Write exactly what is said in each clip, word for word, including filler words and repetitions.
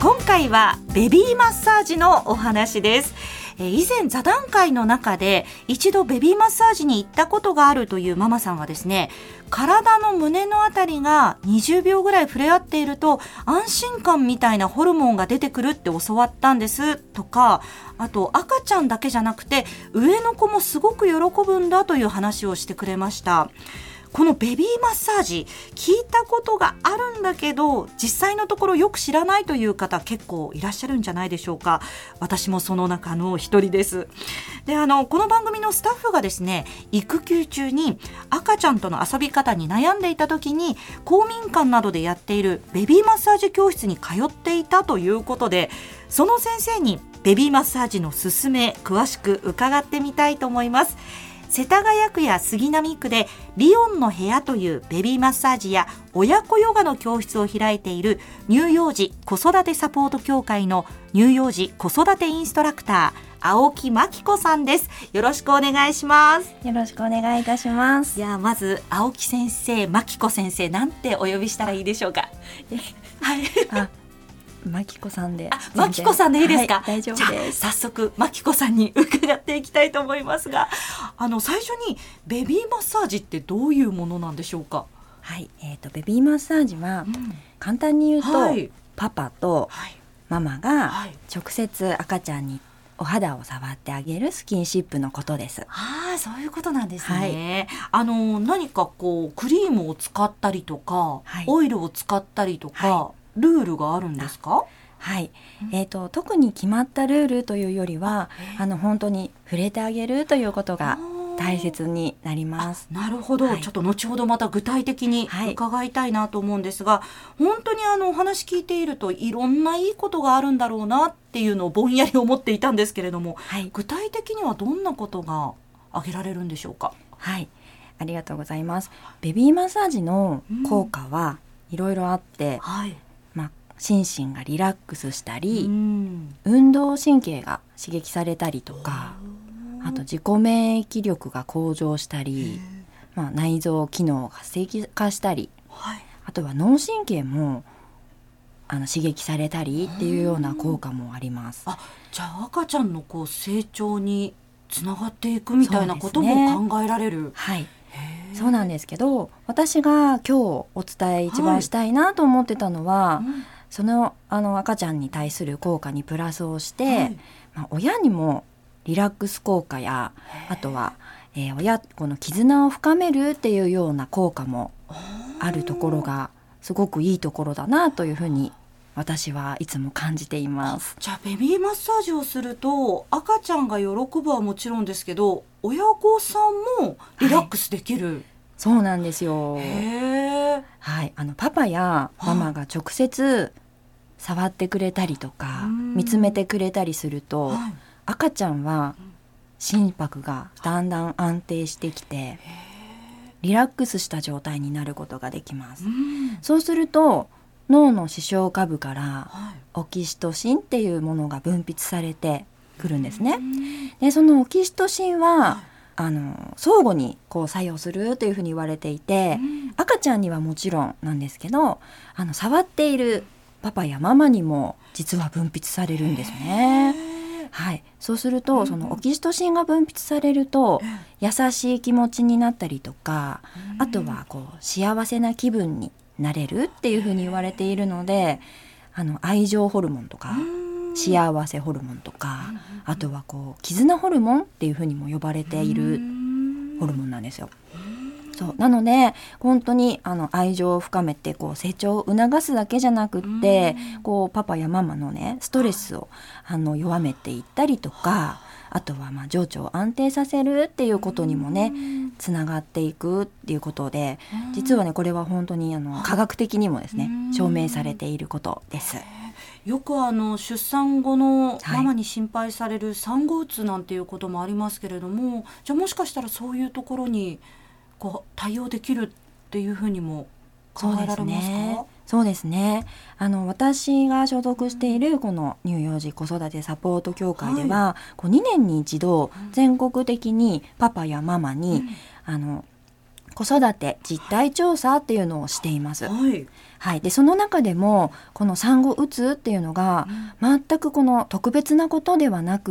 今回はベビーマッサージのお話です。以前座談会の中で一度ベビーマッサージに行ったことがあるというママさんがですね、体の胸のあたりがにじゅうびょうぐらい触れ合っていると安心感みたいなホルモンが出てくるって教わったんですとか、あと赤ちゃんだけじゃなくて上の子もすごく喜ぶんだという話をしてくれました。このベビーマッサージ聞いたことがあるんだけど実際のところよく知らないという方結構いらっしゃるんじゃないでしょうか。私もその中の一人です。であのこの番組のスタッフがですね、育休中に赤ちゃんとの遊び方に悩んでいた時に公民館などでやっているベビーマッサージ教室に通っていたということで、その先生にベビーマッサージのすすめ詳しく伺ってみたいと思います。世田谷区や杉並区でリオンの部屋というベビーマッサージや親子ヨガの教室を開いている乳幼児子育てサポート協会の乳幼児子育てインストラクター青木真紀子さんです。よろしくお願いします。 よろしくお願いいたします。 いやまず青木先生、真紀子先生、なんてお呼びしたらいいでしょうか。はいあ真紀子さんで。 あ、真紀子さんでいいですか。 はい、大丈夫です。 じゃあ早速真紀子さんに伺っていきたいと思いますが、あの最初にベビーマッサージってどういうものなんでしょうか。 はい、えーと、ベビーマッサージは、うん、簡単に言うと、はい、パパとママが直接赤ちゃんにお肌を触ってあげるスキンシップのことです。 ああ、そういうことなんですね。はい、あの何かこうクリームを使ったりとか、はい、オイルを使ったりとか、はい、ルールがあるんですか。 はい、えーと、特に決まったルールというよりは、あの本当に触れてあげるということが大切になります。 なるほど、はい、ちょっと後ほどまた具体的に伺いたいなと思うんですが、はい、本当にあのお話聞いているといろんないいことがあるんだろうなっていうのをぼんやり思っていたんですけれども、はい、具体的にはどんなことが挙げられるんでしょうか。 はい、ありがとうございます。ベビーマッサージの効果はいろいろあって、うんはい、まあ心身がリラックスしたり、うん、運動神経が刺激されたりとか、あと自己免疫力が向上したり、まあ、内臓機能が活性化したり、はい、あとは脳神経もあの刺激されたりっていうような効果もあります。 あ、じゃあ赤ちゃんのこう成長につながっていくみたいなことも考えられる。 はい、そうなんですけど、私が今日お伝え一番したいなと思ってたのは、はい、うんその、あの赤ちゃんに対する効果にプラスをして、はいまあ、親にもリラックス効果やあとは、えー、親子の絆を深めるっていうような効果もあるところがすごくいいところだなというふうに私はいつも感じています。 じゃあベビーマッサージをすると赤ちゃんが喜ぶはもちろんですけど親御さんもリラックスできる、はい、 そうなんですよ。 へー、 はい、あのパパやママが直接触ってくれたりとか見つめてくれたりすると、はい、赤ちゃんは心拍がだんだん安定してきてリラックスした状態になることができます。そうすると脳の視床下部からオキシトシンっていうものが分泌されてくるんですね。でそのオキシトシンはあの相互にこう作用するというふうに言われていて、赤ちゃんにはもちろんなんですけど、あの触っているパパやママにも実は分泌されるんですね。はい、そうするとそのオキシトシンが分泌されると優しい気持ちになったりとか、あとはこう幸せな気分になれるっていうふうに言われているので、あの愛情ホルモンとか幸せホルモンとか、あとはこう絆ホルモンっていうふうにも呼ばれているホルモンなんですよ。そうなので本当にあの愛情を深めてこう成長を促すだけじゃなくってこうパパやママのねストレスをあの弱めていったりとか、あとはまあ情緒を安定させるっていうことにもねつながっていくっていうことで、実はねこれは本当にあの科学的にもですね証明されていることです。 よくあの出産後のママに心配される産後うつなんていうこともありますけれども、はい、じゃあもしかしたらそういうところにこう対応できるっていうふうにも考えられますか？ そうですね。あの私が所属しているこの乳幼児子育てサポート協会では、はい、こうにねんに一度全国的にパパやママに、うん、あの子育て実態調査っていうのをしています。 はいはい、でその中でもこの産後うつっていうのが全くこの特別なことではなくって、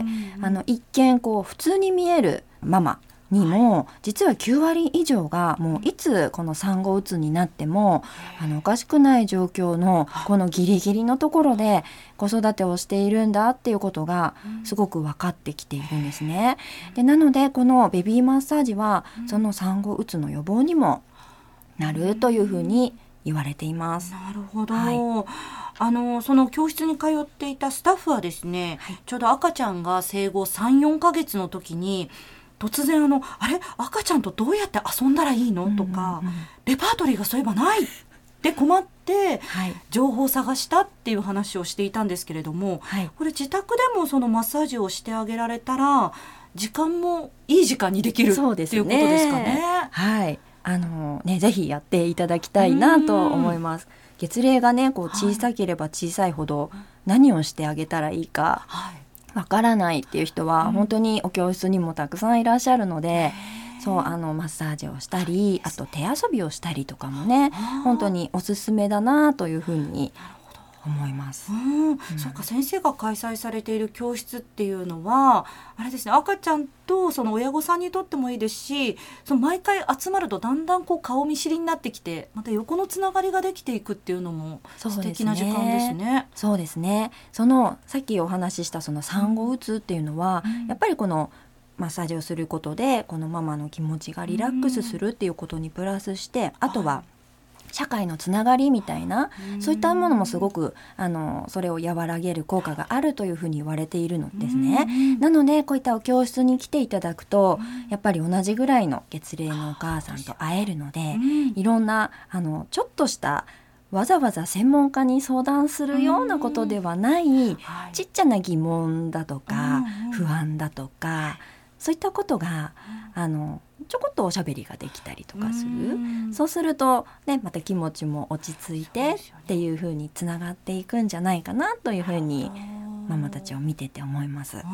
うん、あの一見こう普通に見えるママにも実はきゅうわり以上がもういつこの産後うつになってもあのおかしくない状況のこのギリギリのところで子育てをしているんだっていうことがすごく分かってきているんですね。でなのでこのベビーマッサージはその産後うつの予防にもなるというふうに言われています。 なるほど、 はい、 あのその教室に通っていたスタッフはですね、はい、ちょうど赤ちゃんが生後 さん,よん ヶ月の時に突然あのあれ赤ちゃんとどうやって遊んだらいいのとか、うんうんうん、レパートリーがそういえばないって困って情報を探したっていう話をしていたんですけれども、はい、これ自宅でもそのマッサージをしてあげられたら時間もいい時間にできるっていうことですかね。 はい、あのね、ぜひやっていただきたいなと思います。月齢がねこう小さければ小さいほど何をしてあげたらいいかわからないっていう人は本当にお教室にもたくさんいらっしゃるので、そうあのマッサージをしたりあと手遊びをしたりとかもね本当におすすめだなというふうに思います。 うん、うん、そうか、先生が開催されている教室っていうのはあれですね、赤ちゃんとその親御さんにとってもいいですし、その毎回集まるとだんだんこう顔見知りになってきてまた横のつながりができていくっていうのも素敵な時間ですね。 そうですね。そのさっきお話ししたその産後うつっていうのは、うん、やっぱりこのマッサージをすることでこのママの気持ちがリラックスするっていうことにプラスして、うん、あとは社会のつながりみたいな、うん、そういったものもすごくあのそれを和らげる効果があるというふうに言われているのですね、うん、なのでこういったお教室に来ていただくと、うん、やっぱり同じぐらいの月齢のお母さんと会えるので、うん、いろんなあのちょっとしたわざわざ専門家に相談するようなことではない、うん、ちっちゃな疑問だとか、うん、不安だとか、そういったことがあのちょこっとおしゃべりができたりとかする、うそうすると、ね、また気持ちも落ち着いてっていう風につながっていくんじゃないかなという風にママたちを見てて思います。 うん、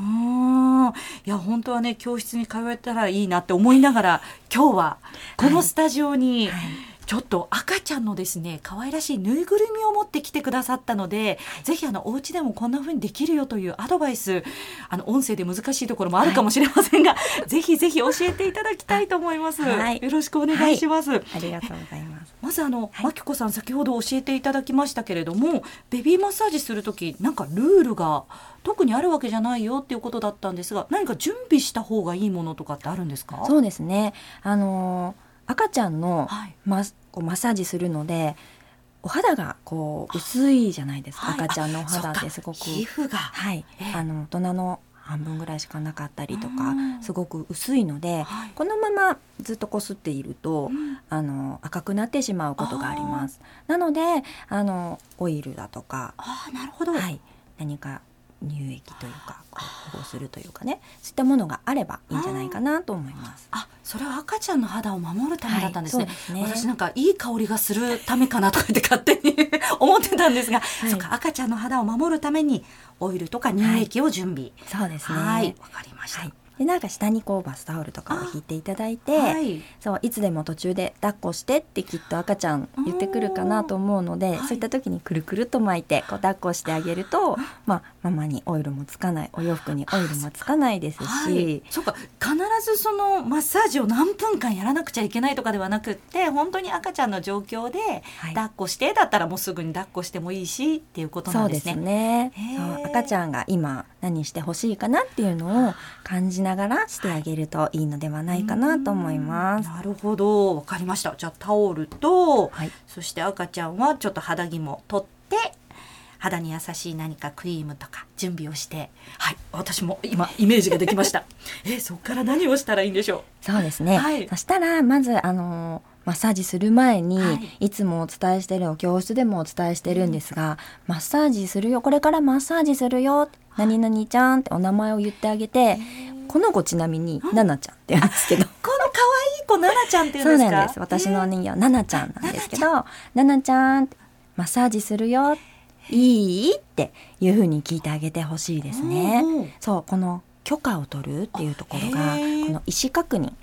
いや本当はね教室に通えたらいいなって思いながら今日はこのスタジオに、はいはい、ちょっと赤ちゃんのですね可愛らしいぬいぐるみを持ってきてくださったので、はい、ぜひあのお家でもこんな風にできるよというアドバイス、あの音声で難しいところもあるかもしれませんが、はい、ぜひぜひ教えていただきたいと思います、はい、よろしくお願いします、はい、 ありがとうございます。 まずあの、はい、まきこさん先ほど教えていただきましたけれども、ベビーマッサージするときなんかルールが特にあるわけじゃないよっていうことだったんですが、何か準備した方がいいものとかってあるんですか？ そうですね、あのー、赤ちゃんのマス、はいこうマッサージするのでお肌がこう薄いじゃないですか、はい、赤ちゃんのお肌ってすごく皮膚が、 はい、あの大人の半分ぐらいしかなかったりとかすごく薄いので、はい、このままずっとこすっていると、うん、あの赤くなってしまうことがあります。なのであのオイルだとか、 あ、なるほど、 はい、何か乳液というか保護するというかね、そういったものがあればいいんじゃないかなと思います。 あ、それは赤ちゃんの肌を守るためだったんですね。はい、 そうですね。 私なんかいい香りがするためかなとかって勝手に思ってたんですが、はい、そっか、赤ちゃんの肌を守るためにオイルとか乳液を準備、 はい、そうですね。 はい、わかりました。はい、 でなんか下にこうバスタオルとかを引いていただいて、はい、そういつでも途中で抱っこしてってきっと赤ちゃん言ってくるかなと思うので、そういった時にくるくると巻いてこう抱っこしてあげると、まあ、ママにオイルもつかない、お洋服にオイルもつかないですし、はい、 そうか、必ずそのマッサージを何分間やらなくちゃいけないとかではなくって、本当に赤ちゃんの状況で抱っこしてだったらもうすぐに抱っこしてもいいしっていうことなんですね。 そうですね。そう、赤ちゃんが今何してほしいかなっていうのを感じながらしてあげるといいのではないかなと思います。 なるほど、わかりました。じゃあタオルと、はい、そして赤ちゃんはちょっと肌着も取って肌に優しい何かクリームとか準備をして、はい、私も今イメージができましたえ、そこから何をしたらいいんでしょう？ そうですね、はい、そしたらまずあのマッサージする前に、はい、いつもお伝えしてる、教室でもお伝えしてるんですが、うん、マッサージするよ、これからマッサージするよ、何々ちゃんってお名前を言ってあげて、この子ちなみにナナちゃんって言うんですけど、この可愛い子ナナちゃんって言うんですか？ そうなんです。私の人形ナナちゃんなんですけど、ナナちゃんマッサージするよ、いいっていう風に聞いてあげてほしいですね。そう、この許可を取るっていうところがこの意思確認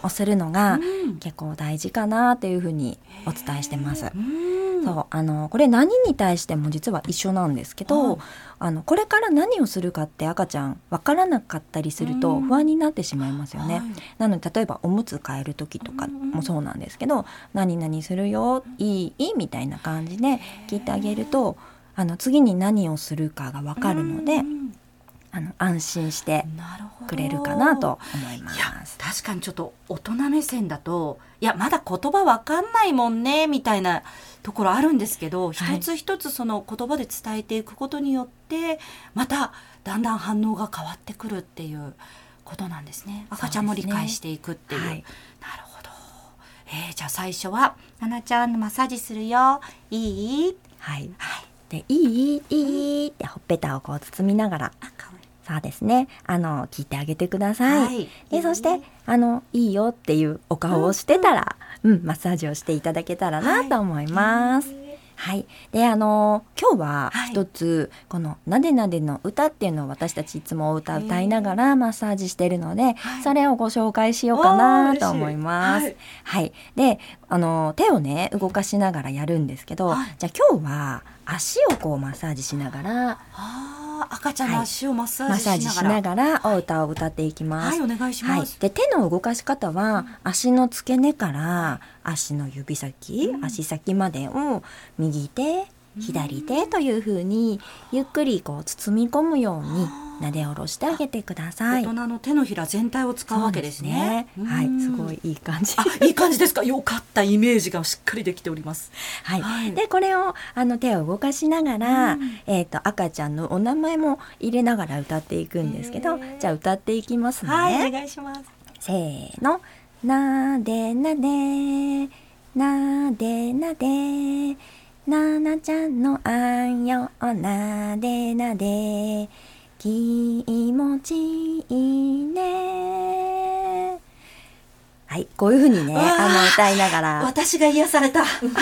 をするのが結構大事かなっていうふうにお伝えしてます。そうあのこれ何に対しても実は一緒なんですけど、あのこれから何をするかって赤ちゃん分からなかったりすると不安になってしまいますよね。なので例えばおむつ替える時とかもそうなんですけど、何々するよ、いいいいみたいな感じで聞いてあげると、あの次に何をするかが分かるので、あの安心してくれるかなと思います。 いや確かにちょっと大人目線だと、いやまだ言葉わかんないもんねみたいなところあるんですけど、一つ一つその言葉で伝えていくことによってまただんだん反応が変わってくるっていうことなんですね。赤ちゃんも理解していくっていう、はい、なるほど。えー、じゃあ最初はななちゃんのマッサージするよ、いい？ はい、はい、でいいいいってほっぺたをこう包みながら、あ、かわいい。そうですね、あの聞いてあげてください、はい、でそしてあのいいよっていうお顔をしてたら、うんうん、マッサージをしていただけたらなと思います。はい、はい、であの今日は一つ、はい、このなでなでの歌っていうのを私たちいつもお歌歌いながらマッサージしてるので、はい、それをご紹介しようかなと思います。はい、はい、であの手をね動かしながらやるんですけど、はい、じゃあ今日は足をこうマッサージしながら、 あ、赤ちゃんの足をマッサージしながら、 はい、マッサージしながらお歌を歌っていきます。 はい、お願いします。はい、 で手の動かし方は足の付け根から足の指先、うん、足先までを右手左手という風にゆっくりこう包み込むように撫で下ろしてあげてください。 大人の手のひら全体を使うわけですね。 そうですね。はい、すごいいい感じ。 あ、いい感じですか。よかった、イメージがしっかりできております。 はい。はい、でこれをあの手を動かしながら、うん、えっと赤ちゃんのお名前も入れながら歌っていくんですけど、じゃあ歌っていきますね。 はい、お願いします。 せーの、なでなでなでなで。ななちゃんのあんよなでなで気持ちいいね。はい、こういう風にねあの歌いながら、 私が癒された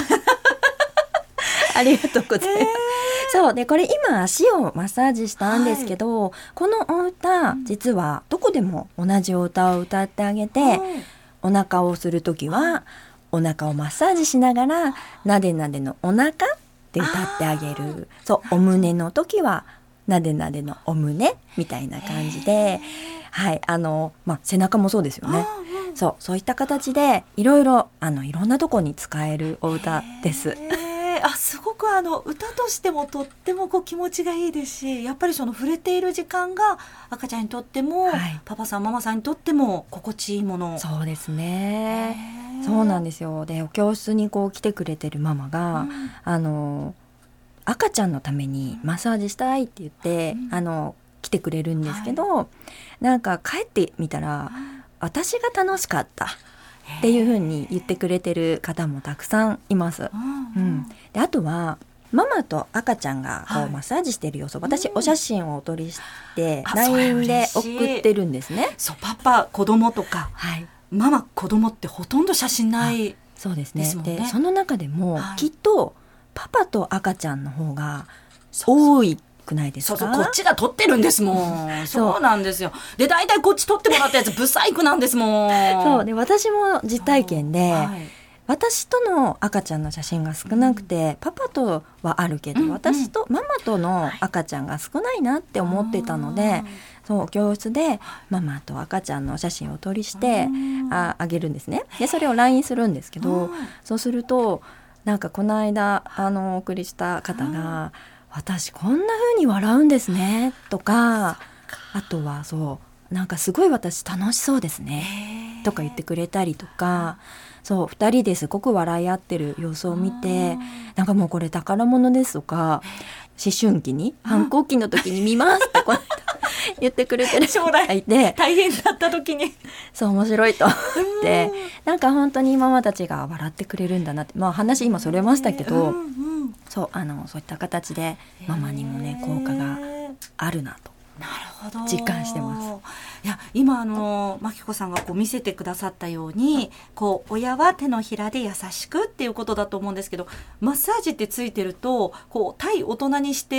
ありがとうございます、えー、そうでこれ今足をマッサージしたんですけど、はい、このお歌実はどこでも同じお歌を歌ってあげて、はい、お腹をするときは、はい、お腹をマッサージしながらなでなでのお腹って歌ってあげる。そうお胸の時はなでなでのお胸みたいな感じで、はいあのまあ背中もそうですよね。そうそういった形でいろいろあのいろんなとこに使えるお歌です。 あ、すごくあの歌としてもとってもこう気持ちがいいですし、やっぱりその触れている時間が赤ちゃんにとっても、はい、パパさんママさんにとっても心地いいもの。 そうですね。そうなんですよ。でお教室にこう来てくれてるママが、うん、あの赤ちゃんのためにマッサージしたいって言って、うん、あの来てくれるんですけど、はい、なんか帰ってみたら、うん、私が楽しかったっていう風に言ってくれてる方もたくさんいます。うんうん、であとはママと赤ちゃんがこうマッサージしてる様子を、はい、私お写真をお撮りして ライン で送ってるんですね。 そうパパ子供とか、はい、ママ子供ってほとんど写真ないですもんね。 そうですね。でその中でも、はい、きっとパパと赤ちゃんの方が多いくないですか。 そうそうこっちが撮ってるんですもん。そうなんですよ。で大体こっち撮ってもらったやつブサイクなんですもん。 そうで私も実体験で、はい、私との赤ちゃんの写真が少なくて、うん、パパとはあるけど、うんうん、私とママとの赤ちゃんが少ないなって思ってたので、はい、そう教室でママと赤ちゃんの写真を撮りしてああげるんですね。でそれを ライン するんですけど、そうするとなんかこの間あのお送りした方が、私こんな風に笑うんですねとか、あとはそうなんかすごい私楽しそうですねとか言ってくれたりとか、そうふたりですごく笑い合ってる様子を見て、なんかもうこれ宝物ですとか、思春期に反抗期の時に見ますってこう言ってくれてる将来で大変だった時にそう面白いと思ってなんか本当にママたちが笑ってくれるんだなって、まあ話今それましたけど、うんうん、そうあのそういった形でママにもね効果があるなとなるほど実感してます。 いや今あのまきこさんがこう見せてくださったように、こう親は手のひらで優しくっていうことだと思うんですけど、マッサージってついてるとこう対大人にして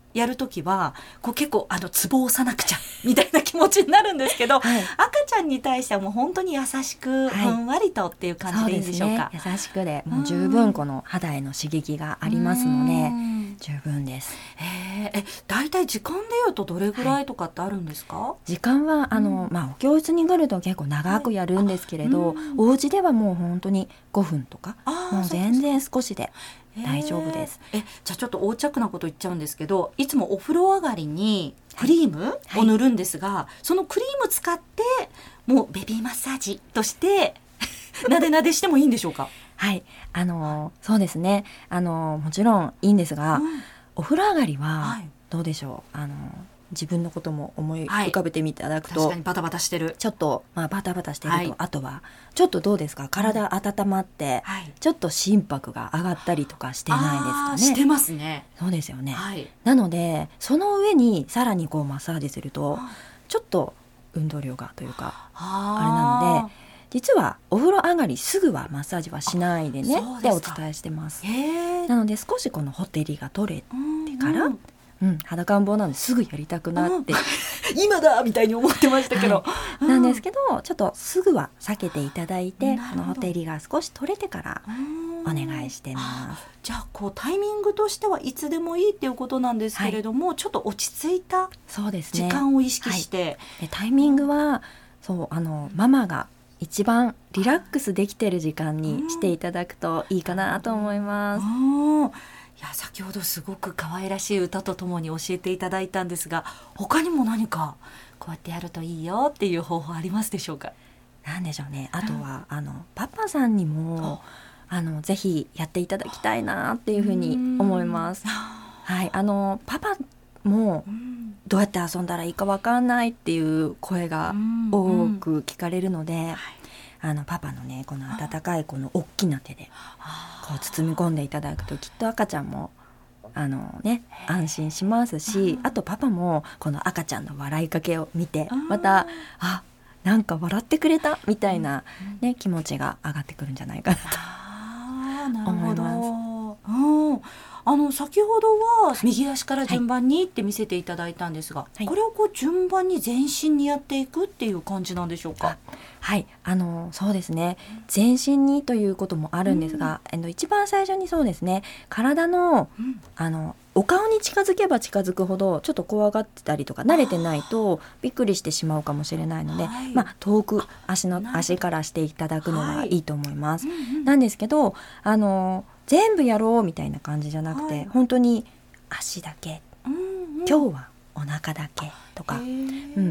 やるときはこう結構あのツボを押さなくちゃみたいな気持ちになるんですけど、はい、赤ちゃんに対してはもう本当に優しく、はい、ふんわりとっていう感じでいいんでしょうか。 そうですね、優しくでもう十分この肌への刺激がありますので十分です。 えー、えだいたい時間でいうとどれぐらいとかってあるんですか？はい、 時間はあの、うんまあ、お教室に来ると結構長くやるんですけれど、はい、お家ではもう本当にごふんとかもう全然少しで大丈夫です。 えー、えじゃあちょっと横着なこと言っちゃうんですけど、いつもお風呂上がりにクリームを塗るんですが、はいはい、そのクリーム使ってもうベビーマッサージとしてなでなでしてもいいんでしょうか？ はいあのそうですね、あのもちろんいいんですが、うん、お風呂上がりはどうでしょう、はい、あの自分のことも思い浮かべてみていただくと、 はい、確かにバタバタしてるちょっと、まあ、バタバタしてると、はい、あとはちょっとどうですか、体温まって、はい、ちょっと心拍が上がったりとかしてないですかね？ してますね。 そうですよね、 はい、 なのでその上にさらにこうマッサージするとちょっと運動量がというかあれなので、実はお風呂上がりすぐはマッサージはしないでねってお伝えしてます。なので少しこのほてりが取れてから、うんうん、裸ん坊なんですぐやりたくなって、 うん、今だみたいに思ってましたけど、 はい、なんですけどちょっとすぐは避けていただいて、このほてりが少し取れてからお願いしてます。 じゃあこうタイミングとしてはいつでもいいっていうことなんですけれども、はい、ちょっと落ち着いた時間を意識して、 はい、でタイミングはそうあのママが一番リラックスできてる時間にしていただくといいかなと思います。 いや先ほどすごく可愛らしい歌とともに教えていただいたんですが、他にも何かこうやってやるといいよっていう方法ありますでしょうか？ なんでしょうね、あとはあのパパさんにもあのぜひやっていただきたいなっていうふうに思います。はい、あのパパもどうやって遊んだらいいか分かんないっていう声が多く聞かれるので、あのパパのねこの温かいこの大きな手でこう包み込んでいただくときっと赤ちゃんもあの、ね、安心しますし、あとパパもこの赤ちゃんの笑いかけを見てまたあなんか笑ってくれたみたいな、ね、気持ちが上がってくるんじゃないかなと思います。 うん、あの先ほどは右足から順番にって見せていただいたんですが、はい、これをこう順番に全身にやっていくっていう感じなんでしょうか？ はいあのそうですね、全身にということもあるんですが、うん、あの一番最初にそうですね体の、うん、あのお顔に近づけば近づくほどちょっと怖がってたりとか慣れてないとびっくりしてしまうかもしれないので、はい、まあ、遠く足の足からしていただくのはいいと思います、はい、うんうん、なんですけどあの全部やろうみたいな感じじゃなくて、はい、本当に足だけ、うんうん、今日はお腹だけとか、うん、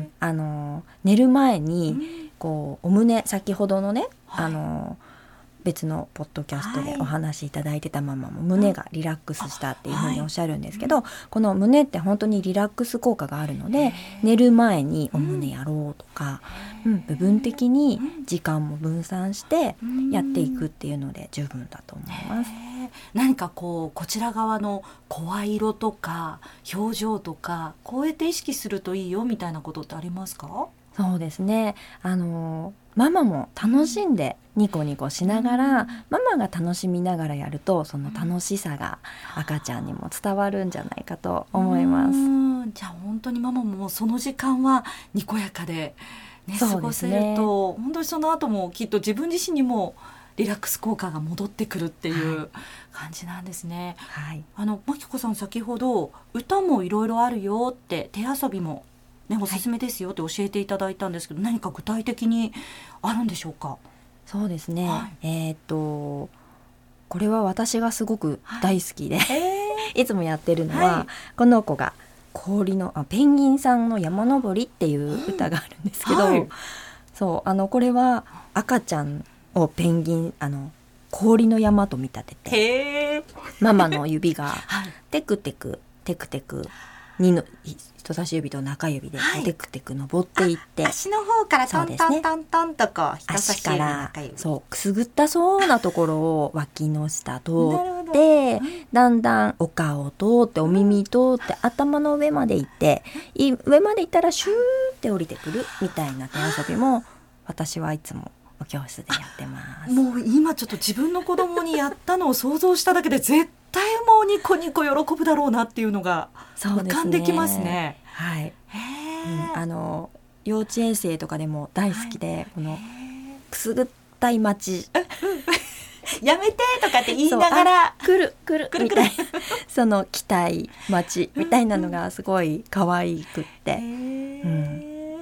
あの寝る前にこうお胸、先ほどのね、はい、あの別のポッドキャストでお話しいただいてたママも胸がリラックスしたっていうふうにおっしゃるんですけど、はい、この胸って本当にリラックス効果があるので寝る前にお胸やろうとか、うん、部分的に時間も分散してやっていくっていうので十分だと思います。 何かこうこちら側の声色とか表情とかこうやって意識するといいよみたいなことってありますか？ そうですね、あのママも楽しんでニコニコしながら、うん、ママが楽しみながらやるとその楽しさが赤ちゃんにも伝わるんじゃないかと思います。 うん、じゃあ本当にママもその時間はにこやかで、ね、過ごせると、本当にその後もきっと自分自身にもリラックス効果が戻ってくるっていう感じなんですね。はい、あのまきこさん先ほど歌もいろいろあるよって手遊びもね、おすすめですよって教えていただいたんですけど、はい、何か具体的にあるんでしょうか？ そうですね、はい、えー、っとこれは私がすごく大好きで、はい、いつもやってるのは、はい、この子が氷のあペンギンさんの山登りっていう歌があるんですけど、はい、そうあのこれは赤ちゃんをペンギンあの氷の山と見立ててママの指がテクテクテクテクにの人差し指と中指でテクテク登っていって、 はい、足の方からトントントントンとこう人差し指中指そうくすぐったそうなところを脇の下通ってだんだんお顔を通ってお耳通って頭の上まで行って上まで行ったらシューって降りてくるみたいな手遊びも私はいつも教室でやってます。 もう今ちょっと自分の子供にやったのを想像しただけで絶とてもニコニコ喜ぶだろうなっていうのが浮かんできますね。 はい、 へうん、あの幼稚園生とかでも大好きで、はい、このくすぐったい街やめてとかって言いながらくるくるみたいなその期待待ちみたいなのがすごい可愛くって、うん、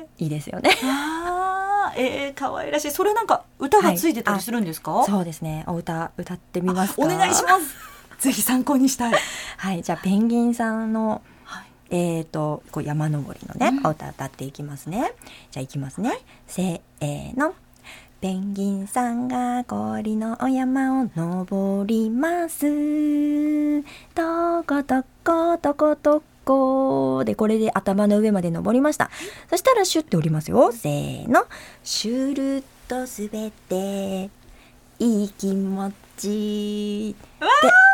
いいですよね。 あー、えー、可愛らしい。それなんか歌がついてたりするんですか？ はい、そうですね。お歌歌ってみますか？ お願いします。ぜひ参考にしたい。 はい、じゃあペンギンさんの、はい、えーとこう山登りのね、うん、お歌歌っていきますね。じゃあいきますね、はい、せーの。ペンギンさんが氷のお山を登ります。とことこどこどこで、これで頭の上まで登りました。そしたらシュッて降りますよ。せーの。シュルッと滑っていい気持ちいわ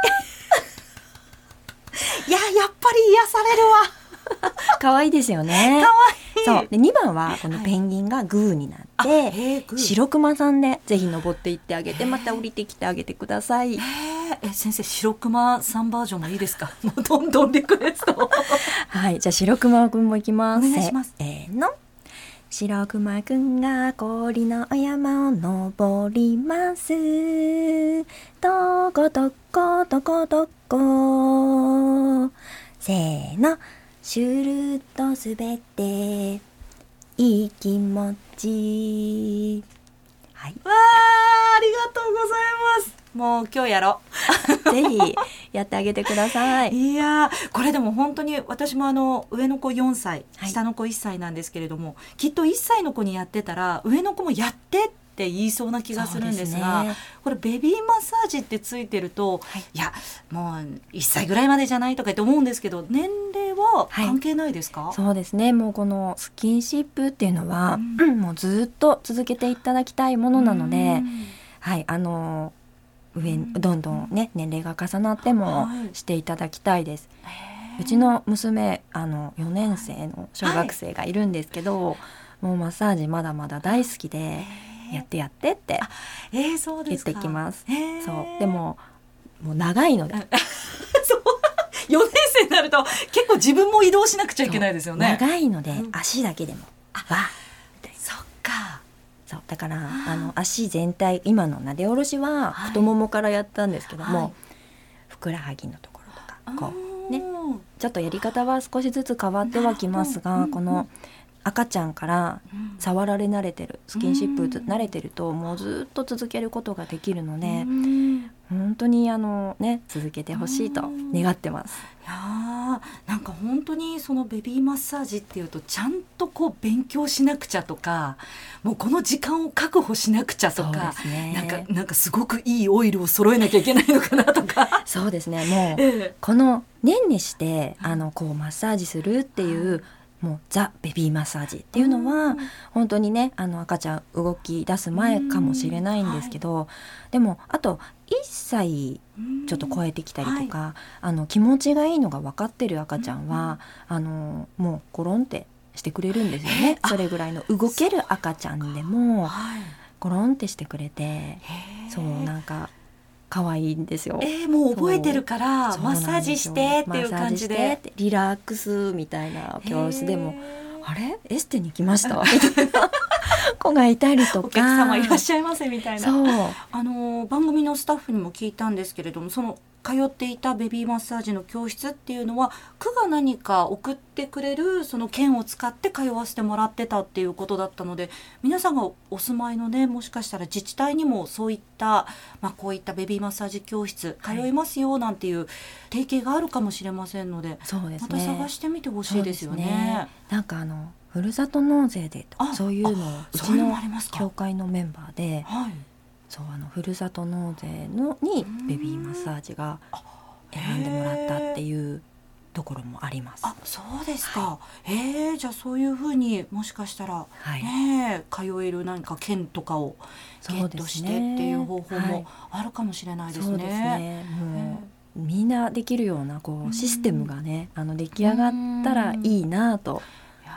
いや、やっぱり癒されるわ。 可愛いですよね。 可愛い。 そうでにばんはこのペンギンがグーになって、はい、白熊さんでぜひ登っていってあげて、また降りてきてあげてください。 え先生、白熊さんバージョンもいいですか？もうどんどんリクエスト。 はい、じゃあ白熊くんもいきます。 お願いします。 せーの。白熊くんが氷のお山を登ります。どこどこどこどこ。せーの。シュルッと滑っていい気持ち。はい、 わー、ありがとうございます。もう今日やろうぜひやってあげてください。 いやこれでも本当に私もあの上の子よんさい、はい、下の子いっさいなんですけれども、きっといっさいの子にやってたら上の子もやってって言いそうな気がするんですが、ね、これベビーマッサージってついてると、はい、いやもういっさいぐらいまでじゃないとか言って思うんですけど、年齢は関係ないですか？ はい、そうですね。もうこのスキンシップっていうのは、うん、もうずっと続けていただきたいものなので、はい、あの上どんどんね年齢が重なってもしていただきたいです。はい、うちの娘あのよねん生の小学生がいるんですけど、はい、もうマッサージまだまだ大好きでやってやってって言ってきます。そうでももう長いのでそうよねん生になると結構自分も移動しなくちゃいけないですよね。 長いので足だけでも、うん、わそっか。 そうだからあの足全体、今のなで下ろしは太ももからやったんですけども、はい、ふくらはぎのところとかこうね、ちょっとやり方は少しずつ変わってはきますが、この赤ちゃんから触られ慣れてる、スキンシップ慣れてるともうずっと続けることができるので、本当にあの、ね、続けてほしいと願ってます。 いやなんか本当にそのベビーマッサージっていうとちゃんとこう勉強しなくちゃとか、もうこの時間を確保しなくちゃとか、ね、なんかなんかすごくいいオイルを揃えなきゃいけないのかなとかそうですね。もう、ええ、この年にしてあのこうマッサージするっていう、うんもうザ・ベビーマッサージっていうのは、うん、本当にねあの赤ちゃん動き出す前かもしれないんですけど、うんはい、でもあといっさいちょっと超えてきたりとか、うんはい、あの気持ちがいいのが分かってる赤ちゃんは、うん、あのもうコロンってしてくれるんですよね。それぐらいの動ける赤ちゃんでもコロンってしてくれて、そうなんか可愛いんですよ。 えー、もう覚えてるからマッサージしてっていう感じでリラックスみたいな教室でもあれエステに来ましたみたいな子がいたりとか、 お客様いらっしゃいませみたいな。そうあの番組のスタッフにも聞いたんですけれども、その通っていたベビーマッサージの教室っていうのは区が何か送ってくれるその券を使って通わせてもらってたっていうことだったので、皆さんがお住まいのねもしかしたら自治体にもそういった、まあ、こういったベビーマッサージ教室通いますよなんていう提携があるかもしれませんので、 そうですね、 また探してみてほしいですよ ね, ねなんかあのふるさと納税でとかそういうのをうちの教会のメンバーで、はい、そうあのふるさと納税のにベビーマッサージが選んでもらったっていうところもあります。 あ、そうですか。はい、えー、じゃあそういうふうにもしかしたら、はい、ね、通える何か券とかをゲットしてっていう方法もあるかもしれないですね。そうですね。 もうみんなできるようなこうシステムがね、あの出来上がったらいいなと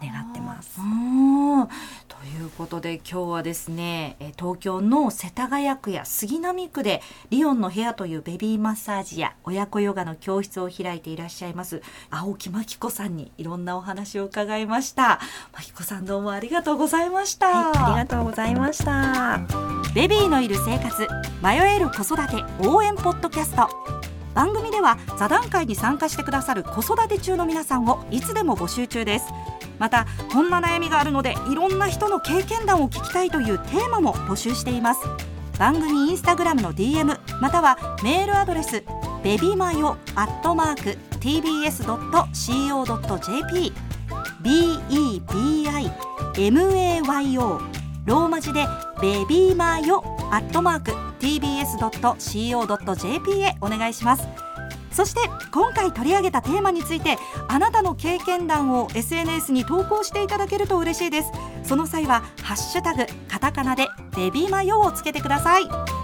願ってます。 ということで今日はですね、東京の世田谷区や杉並区でリオンの部屋というベビーマッサージや親子ヨガの教室を開いていらっしゃいます青木真紀子さんにいろんなお話を伺いました。真紀子さん、どうもありがとうございました。 はい、ありがとうございました。 ベビーのいる生活、迷える子育て応援ポッドキャスト。番組では座談会に参加してくださる子育て中の皆さんをいつでも募集中です。また、こんな悩みがあるのでいろんな人の経験談を聞きたいというテーマも募集しています。番組インスタグラムの ディーエム またはメールアドレスベビマヨアットマーク ティービーエスドットシーオードットジェーピー ビーイービーアイエムエーワイオー ローマ字でベビーマヨアットマーク ティービーエスドットシーオードットジェーピー へお願いします。そして今回取り上げたテーマについてあなたの経験談を エスエヌエス に投稿していただけると嬉しいです。その際はハッシュタグカタカナでベビーマヨをつけてください。